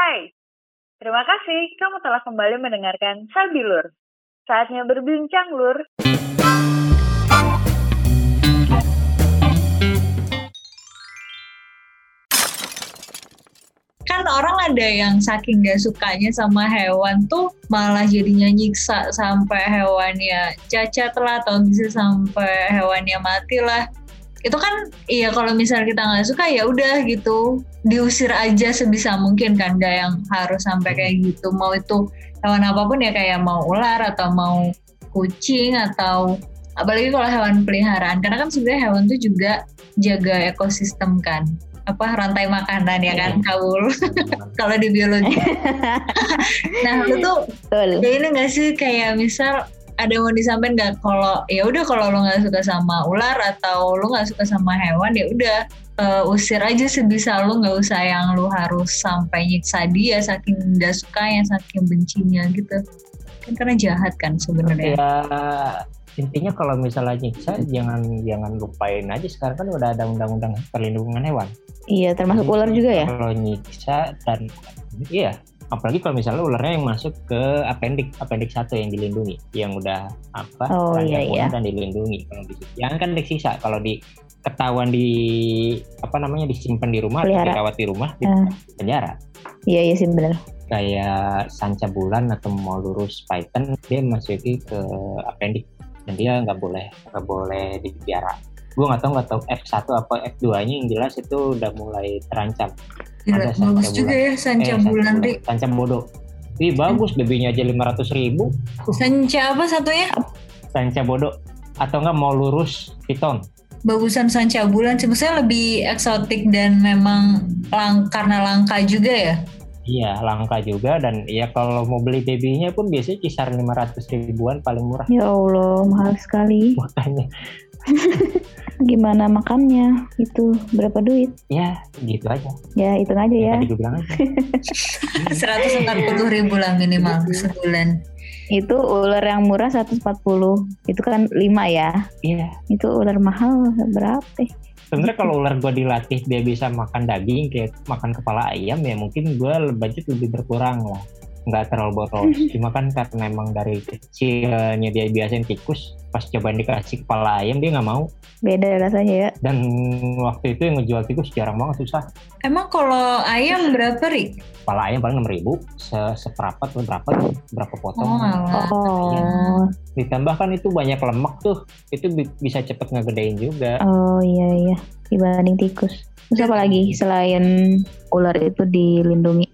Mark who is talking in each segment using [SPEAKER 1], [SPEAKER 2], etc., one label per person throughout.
[SPEAKER 1] Hai, terima kasih kamu telah kembali mendengarkan Sabi Lur. Saatnya berbincang, Lur.
[SPEAKER 2] Kan orang ada yang saking gak sukanya sama hewan tuh malah jadinya nyiksa sampai hewannya cacat lah atau bisa sampai hewannya mati lah. Itu kan iya kalau misalnya kita nggak suka ya udah gitu diusir aja sebisa mungkin kan, nggak yang harus sampai kayak gitu. Mau itu hewan apapun ya, kayak mau ular atau mau kucing atau apalagi kalau hewan peliharaan, karena kan sebenarnya hewan tuh juga jaga ekosistem kan, apa rantai makanan ya kan, Kaul. Kalau di biologi. Nah lu tuh
[SPEAKER 3] Betul.
[SPEAKER 2] ya ini nggak sih kayak misal ada yang mau disampaikan nggak, kalau ya udah kalau lu nggak suka sama ular atau lu nggak suka sama hewan ya udah usir aja sebisa lu, nggak usah yang lu harus sampai nyiksa dia saking nggak sukanya, saking bencinya gitu kan, karena jahat kan sebenarnya.
[SPEAKER 4] Ya intinya kalau misalnya nyiksa jangan lupain aja, sekarang kan udah ada undang-undang perlindungan hewan.
[SPEAKER 3] Iya, termasuk
[SPEAKER 4] Jadi,
[SPEAKER 3] ular juga ya?
[SPEAKER 4] Kalau nyiksa dan iya, apalagi kalau misalnya ularnya yang masuk ke appendix 1 yang dilindungi, yang udah dan dilindungi. Kalau jangan kan disiksa, kalau ketahuan disimpan di rumah atau dirawat di rumah di penjara.
[SPEAKER 3] Iya sih benar.
[SPEAKER 4] Kayak sanca bulan atau Molurus python, dia masuki ke appendix dan dia nggak boleh dipelihara. Gue nggak tahu F1 apa F2-nya, yang jelas itu udah mulai terancam.
[SPEAKER 2] Gila, bagus juga ya sanca bulan, Ri.
[SPEAKER 4] Sanca bodoh. Wih bagus, bebinya aja 500.000.
[SPEAKER 2] Sanca apa satunya?
[SPEAKER 4] Sanca bodoh. Atau enggak Molurus python.
[SPEAKER 2] Bagusan sanca bulan sih, maksudnya lebih eksotik dan memang karena langka juga ya?
[SPEAKER 4] Iya, langka juga, dan ya kalau mau beli babynya pun biasanya kisar 500.000-an paling murah.
[SPEAKER 3] Ya Allah, mahal sekali.
[SPEAKER 4] Makanya.
[SPEAKER 3] Gimana makannya? Itu berapa duit?
[SPEAKER 4] Ya, gitu aja.
[SPEAKER 3] Ya, hitung aja ya.
[SPEAKER 4] Tadi gue bilang aja.
[SPEAKER 2] 140.000 lah minimal sebulan.
[SPEAKER 3] Itu ular yang murah 140. Itu kan 5 ya?
[SPEAKER 4] Iya.
[SPEAKER 3] Itu ular mahal berapa?
[SPEAKER 4] Sebenarnya kalau ular gue dilatih dia bisa makan daging kayak makan kepala ayam, ya mungkin gue budget lebih berkurang lah, nggak terlalu boros. Cuma kan karena emang dari kecilnya dia biasain tikus, pas cobain dikasih kepala ayam dia nggak mau.
[SPEAKER 3] Beda rasanya ya.
[SPEAKER 4] Dan waktu itu yang ngejual tikus jarang banget, susah.
[SPEAKER 2] Emang kalau ayam berapa, Ri?
[SPEAKER 4] Kepala ayam paling 6.000 seperapat atau berapa potong.
[SPEAKER 3] Oh.
[SPEAKER 4] Ditambah kan itu banyak lemak tuh, itu bisa cepet ngegedein juga.
[SPEAKER 3] Oh iya dibanding tikus. Terus apa lagi selain ular itu dilindungi?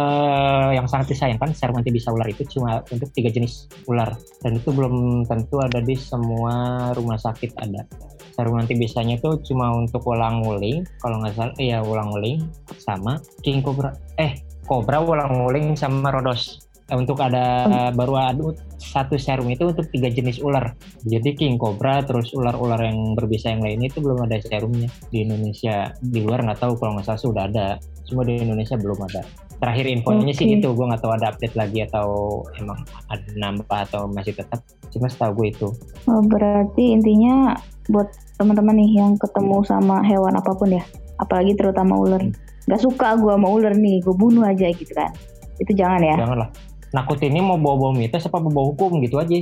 [SPEAKER 4] Yang sangat disayangkan, serum anti bisa ular itu cuma untuk 3 jenis ular, dan itu belum tentu ada di semua rumah sakit ada. Serum anti bisanya itu cuma untuk ulang-uling, kalau nggak salah ulang-uling sama king cobra, kobra, ulang-uling sama rodos. Untuk ada baru ada satu serum itu untuk 3 jenis ular. Jadi king cobra terus ular-ular yang berbisa yang lainnya itu belum ada serumnya di Indonesia. Di luar nggak tahu, kalau nggak salah sudah ada, cuma di Indonesia belum ada. Terakhir infonya sih gitu, gue nggak tahu ada update lagi atau emang ada nambah atau masih tetap. Cuma setahu gue itu.
[SPEAKER 3] Oh, berarti intinya buat teman-teman nih yang ketemu sama hewan apapun ya, apalagi terutama ular, nggak suka gue sama ular nih, gue bunuh aja gitu kan, itu jangan ya.
[SPEAKER 4] Janganlah. Nakutinnya mau bawa mitos apa bawa hukum gitu aja.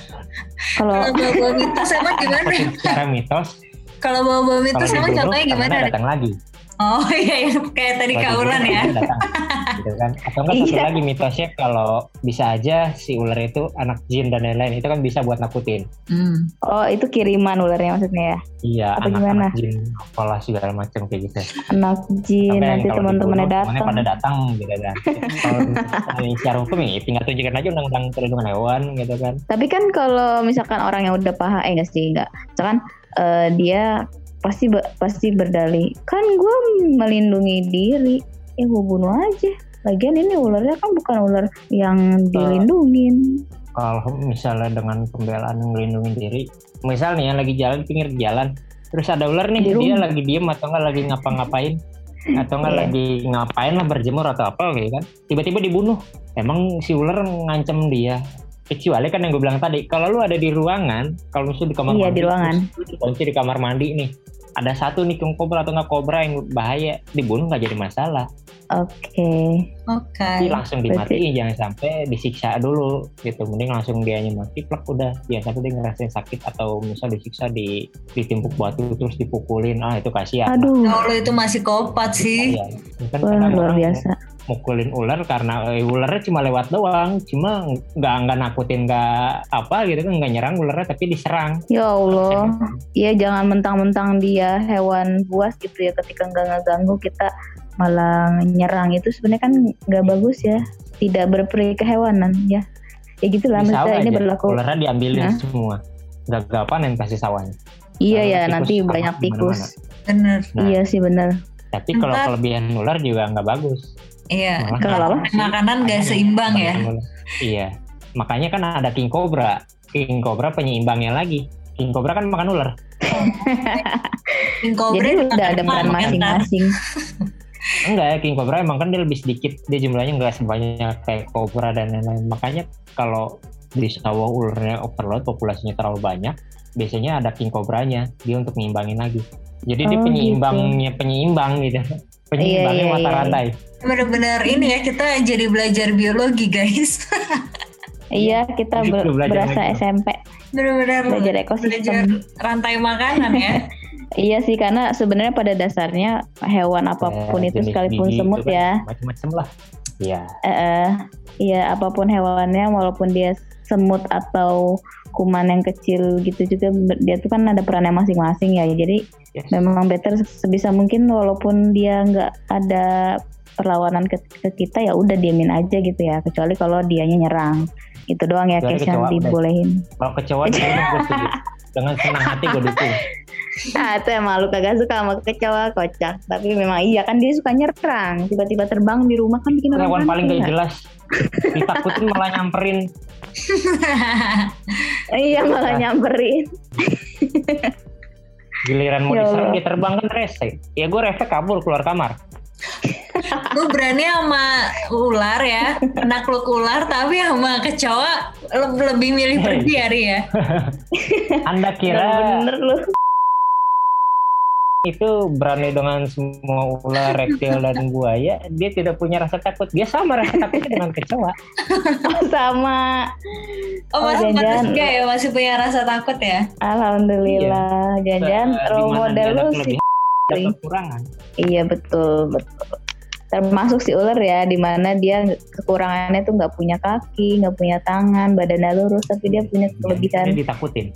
[SPEAKER 2] Kalau bawa mitos emang gimana?
[SPEAKER 4] Secara mitos.
[SPEAKER 2] Kalau bawa mitos emang contohnya gimana?
[SPEAKER 4] Datang lagi.
[SPEAKER 2] Oh iya, kayak tadi Kaulan ya.
[SPEAKER 4] Gitu kan. Atau enggak satu lagi mitosnya, kalau bisa aja si ular itu anak jin dan lain-lain, itu kan bisa buat nakutin.
[SPEAKER 3] Oh itu kiriman ularnya maksudnya ya?
[SPEAKER 4] Iya, anak jin, apalah segala macam kayak gitu.
[SPEAKER 3] Anak jin, nanti teman-temannya datang.
[SPEAKER 4] Pada datang gitu kan. Kalau secara hukum ya tinggal tunjukkan aja undang-undang perlindungan hewan gitu kan.
[SPEAKER 3] Tapi kan kalau misalkan orang yang udah paham, misalkan dia pasti berdalih, kan gue melindungi diri, ya gue bunuh aja. Lagian ini ularnya kan bukan ular yang dilindungin.
[SPEAKER 4] Kalau misalnya dengan pembelaan yang melindungi diri, misalnya lagi jalan di pinggir jalan, terus ada ular nih, dia lagi diem atau nggak lagi ngapa-ngapain, atau nggak lagi ngapain lah, berjemur atau apa gitu kan, tiba-tiba dibunuh. Emang si ular ngancam dia? Kecuali kan yang gue bilang tadi, kalau lu ada di ruangan, kalau misalnya di kamar mandi,
[SPEAKER 3] di ruangan,
[SPEAKER 4] kunci di kamar mandi nih, ada satu nih king cobra atau nggak kobra yang bahaya, dibunuh nggak jadi masalah.
[SPEAKER 3] Oke.
[SPEAKER 4] Jadi langsung dimatiin, jangan sampai disiksa dulu gitu. Mending langsung dianya mati, plek udah. Jangan sampai dia ngerasain sakit atau misal disiksa ditimpuk batu terus dipukulin. Itu kasihan.
[SPEAKER 3] Aduh.
[SPEAKER 2] Kalau itu masih kopat sih.
[SPEAKER 4] Iya. Kan
[SPEAKER 3] Wah, luar biasa.
[SPEAKER 4] Mukulin ular karena ularnya cuma lewat doang, cuma nggak nakutin, nggak apa gitu kan, nggak nyerang ularnya tapi diserang.
[SPEAKER 3] Ya Allah. Iya, jangan mentang-mentang dia hewan buas gitu ya, ketika nggak ngeganggu kita malah nyerang, itu sebenarnya kan nggak bagus ya, tidak berperi kehewanan ya. Ya gitulah, misalnya ini berlaku.
[SPEAKER 4] Ularnya diambilin semua, gak panen kasih sawahnya.
[SPEAKER 3] Iya ya, nanti banyak tikus.
[SPEAKER 2] Bener.
[SPEAKER 3] Iya sih bener.
[SPEAKER 4] Tapi kalau kelebihan ular juga nggak bagus.
[SPEAKER 2] Iya.
[SPEAKER 3] Kalau
[SPEAKER 2] makanan nggak seimbang ya.
[SPEAKER 4] Iya. Makanya kan ada king cobra. King cobra penyeimbangnya lagi. King cobra kan makan ular.
[SPEAKER 2] King cobra
[SPEAKER 3] jadi udah ada peran masing-masing.
[SPEAKER 4] Enggak ya, king cobra emang kan dia lebih sedikit, dia jumlahnya nggak sebanyak kayak cobra dan lain-lain. Makanya kalau di sawah ularnya overload, populasinya terlalu banyak, biasanya ada king cobranya, dia untuk nyimbangin lagi. Jadi dia penyeimbang gitu. Penyeimbangnya mata rantai.
[SPEAKER 2] Benar-benar ini ya, kita jadi belajar biologi guys.
[SPEAKER 3] Iya, kita berasa SMP.
[SPEAKER 2] Benar-benar
[SPEAKER 3] belajar ekosistem,
[SPEAKER 2] belajar rantai makanan ya.
[SPEAKER 3] Iya sih, karena sebenarnya pada dasarnya hewan apapun itu sekalipun semut kan, ya
[SPEAKER 4] macam-macam lah. Iya.
[SPEAKER 3] Iya, apapun hewannya, walaupun dia semut atau kuman yang kecil gitu juga, dia tuh kan ada perannya masing-masing ya. Jadi memang better sebisa mungkin walaupun dia nggak ada perlawanan ke kita, ya udah diemin aja gitu ya. Kecuali kalau dianya nyerang, itu doang ya guys yang dibolehin.
[SPEAKER 4] Kalau kecoa gue setuju. Dengan senang hati gue dukung.
[SPEAKER 3] Itu emang lu kagak suka sama kecoa, kocak. Tapi memang iya kan, dia suka nyerang, tiba-tiba terbang di rumah kan bikin orang
[SPEAKER 4] hewan paling gak jelas. Ditakutin malah nyamperin.
[SPEAKER 3] Iya, malah nyamperin.
[SPEAKER 4] Giliran mau diserang dia terbang kan rese. Ya gue refleks kabur keluar kamar.
[SPEAKER 2] Lu berani sama ular ya, nakluk ular, tapi sama kecoa lebih milih pergi hari ya.
[SPEAKER 4] Anda kira
[SPEAKER 3] bener lu
[SPEAKER 4] itu berani dengan semua ular, reptil dan buaya? Dia tidak punya rasa takut. Dia sama rasa takutnya dengan kecoa.
[SPEAKER 3] Sama.
[SPEAKER 2] Masih juga ya, masih punya rasa takut ya.
[SPEAKER 3] Alhamdulillah. Jangan role model lu sih.
[SPEAKER 4] Kekurangan.
[SPEAKER 3] Iya, betul. Termasuk si ular ya, dimana dia kekurangannya tuh nggak punya kaki, nggak punya tangan, badannya lurus, tapi dia punya kelebihan.
[SPEAKER 4] Dia ditakutin.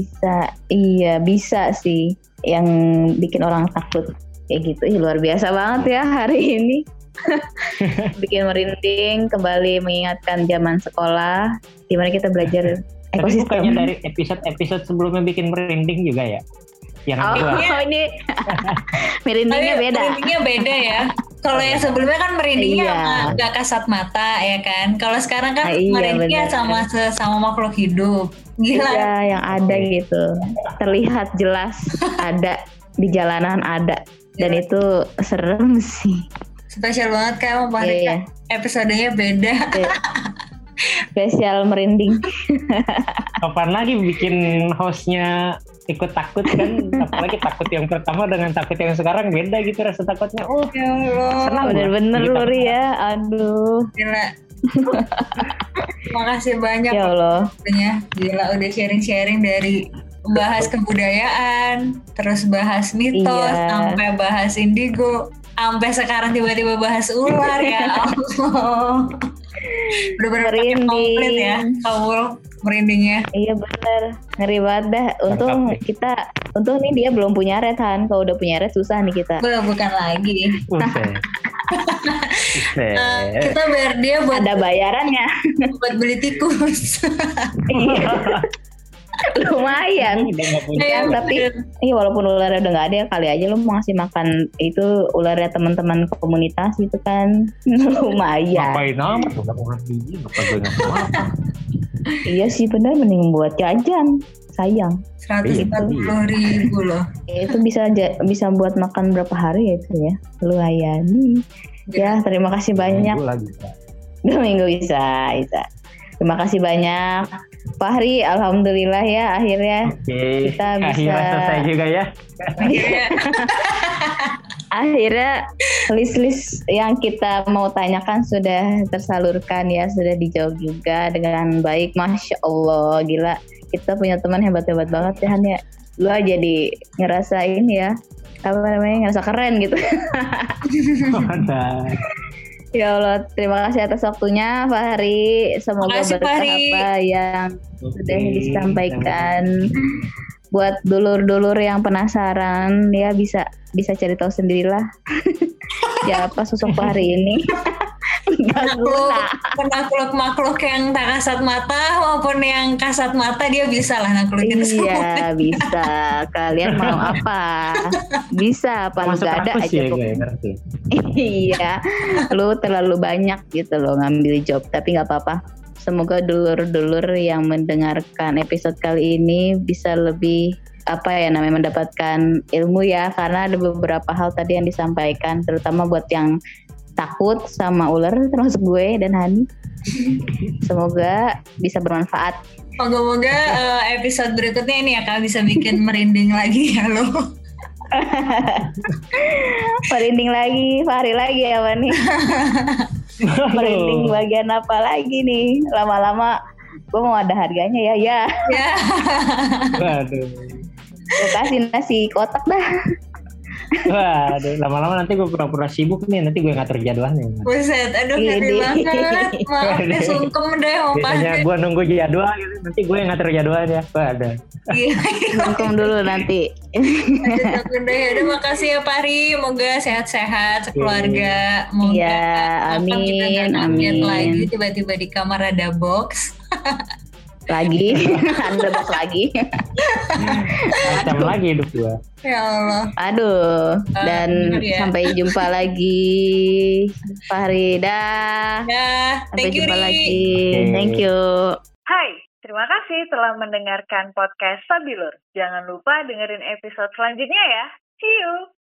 [SPEAKER 4] Bisa sih yang bikin orang takut kayak gitu. Luar biasa banget ya hari ini. Bikin merinding, kembali mengingatkan zaman sekolah, dimana kita belajar ekosistem. Tapi bukannya dari episode sebelumnya bikin merinding juga ya?
[SPEAKER 3] Ini merindingnya beda.
[SPEAKER 2] Merindingnya beda ya. Kalau yang sebelumnya kan merindingnya nggak kasat mata ya kan. Kalau sekarang kan merindingnya sama makhluk hidup. Gila.
[SPEAKER 3] Iya, yang ada gitu. Terlihat jelas ada di jalanan ada. Dan itu serem sih.
[SPEAKER 2] Spesial banget kayak sama Pak Rika. Episodenya beda.
[SPEAKER 3] Spesial merinding.
[SPEAKER 4] Kapan lagi bikin hostnya ikut takut kan? Apalagi takut yang pertama dengan takut yang sekarang beda gitu rasa takutnya.
[SPEAKER 2] Ya Allah.
[SPEAKER 3] Senang bener-bener Luri ya. Aduh.
[SPEAKER 2] Gila. Makasih banyak.
[SPEAKER 3] Ya Allah.
[SPEAKER 2] Gila udah sharing-sharing dari bahas kebudayaan, terus bahas mitos, sampai bahas indigo, sampai sekarang tiba-tiba bahas ular ya Allah. Bener-bener komplit ya, kamu merindingnya. Iya
[SPEAKER 3] bener, ngeri banget dah. Untung nih dia belum punya red Han. Kalau udah punya red susah nih kita.
[SPEAKER 2] Bukan lagi. Kita bayar dia buat
[SPEAKER 3] ada bayarannya.
[SPEAKER 2] Buat beli tikus.
[SPEAKER 3] Iya. Lumayan ya, tapi walaupun ularnya udah nggak ada, kali aja lu mau ngasih makan itu ularnya teman-teman komunitas gitu kan. Lumayan.
[SPEAKER 4] Ngapain amat udah orang biji apa.
[SPEAKER 3] Iya sih benar, mending buat jajan, sayang.
[SPEAKER 2] 140.000 loh.
[SPEAKER 3] Itu bisa buat makan berapa hari ya itu ya. Lumayan. Ya, terima kasih banyak.
[SPEAKER 4] 2 minggu lagi.
[SPEAKER 3] 2 minggu bisa. Terima kasih banyak Fahri, alhamdulillah ya akhirnya
[SPEAKER 4] Oke,
[SPEAKER 3] kita bisa
[SPEAKER 4] akhirnya selesai juga ya.
[SPEAKER 3] akhirnya list-list yang kita mau tanyakan sudah tersalurkan ya, sudah dijawab juga dengan baik. Masya Allah, gila kita punya teman hebat-hebat banget ya Han ya. Gua jadi ngerasa ini ya, apa namanya, ngerasa keren gitu.
[SPEAKER 4] Mantap.
[SPEAKER 3] Ya Allah, terima kasih atas waktunya Fahri. Semoga
[SPEAKER 2] Makasih,
[SPEAKER 3] berkah
[SPEAKER 2] Fahri.
[SPEAKER 3] apa yang sudah
[SPEAKER 4] Oke,
[SPEAKER 3] disampaikan. Buat dulur-dulur yang penasaran ya bisa cari tahu sendirilah. Siapa sosok Fahri ini? Gak guna.
[SPEAKER 2] Penakluk-makluk yang tak kasat mata maupun yang kasat mata dia bisa lah naklukin semua.
[SPEAKER 3] Iya bisa. Kalian mau apa? Bisa apa lu
[SPEAKER 4] Masuk
[SPEAKER 3] gak ada
[SPEAKER 4] kampus
[SPEAKER 3] aja
[SPEAKER 4] ya,
[SPEAKER 3] pokoknya.
[SPEAKER 4] gue ngerti.
[SPEAKER 3] Iya, lu terlalu banyak gitu loh ngambil job, tapi nggak apa-apa. Semoga dulur-dulur yang mendengarkan episode kali ini bisa lebih apa ya namanya mendapatkan ilmu ya, karena ada beberapa hal tadi yang disampaikan, terutama buat yang takut sama ular termasuk gue dan Hani. Semoga bisa bermanfaat.
[SPEAKER 2] Moga-moga episode berikutnya ini akan bisa bikin merinding lagi ya lo.
[SPEAKER 3] Merinding lagi, Fahri lagi ya Pak nih. Merinding bagian apa lagi nih? Lama-lama gue mau ada harganya ya.
[SPEAKER 2] Ya.
[SPEAKER 4] Waduh.
[SPEAKER 3] Gue kasih nasi kotak dah.
[SPEAKER 4] Waduh, lama-lama nanti gue pura-pura sibuk nih, nanti gue ngatur jadwalnya.
[SPEAKER 2] Buset, aduh ngeri
[SPEAKER 3] Ini.
[SPEAKER 2] banget. Maaf deh, sungkem deh Om
[SPEAKER 4] Biasanya
[SPEAKER 2] Fahri.
[SPEAKER 4] gue nunggu jadwal gitu, nanti gue yang ngatur jadwalnya. Waduh.
[SPEAKER 3] Sungkem dulu nanti.
[SPEAKER 2] Aduh, udah makasih ya Fahri. Moga sehat-sehat sekeluarga. Moga
[SPEAKER 3] Iya,
[SPEAKER 2] apa, kita nggak
[SPEAKER 3] amin,
[SPEAKER 2] kaget
[SPEAKER 3] amin.
[SPEAKER 2] lagi tiba-tiba di kamar ada box.
[SPEAKER 3] Lagi, Anda bos lagi.
[SPEAKER 4] Macam lagi hidup gue.
[SPEAKER 2] Ya Allah.
[SPEAKER 3] Aduh, dan
[SPEAKER 2] bener ya.
[SPEAKER 3] sampai jumpa lagi, Fahri. Dah.
[SPEAKER 2] Ya,
[SPEAKER 3] Sampai
[SPEAKER 2] thank you
[SPEAKER 3] jumpa
[SPEAKER 2] Ri.
[SPEAKER 3] lagi. Thank you.
[SPEAKER 1] Hai, terima kasih telah mendengarkan podcast Sabilur. Jangan lupa dengerin episode selanjutnya ya. See you!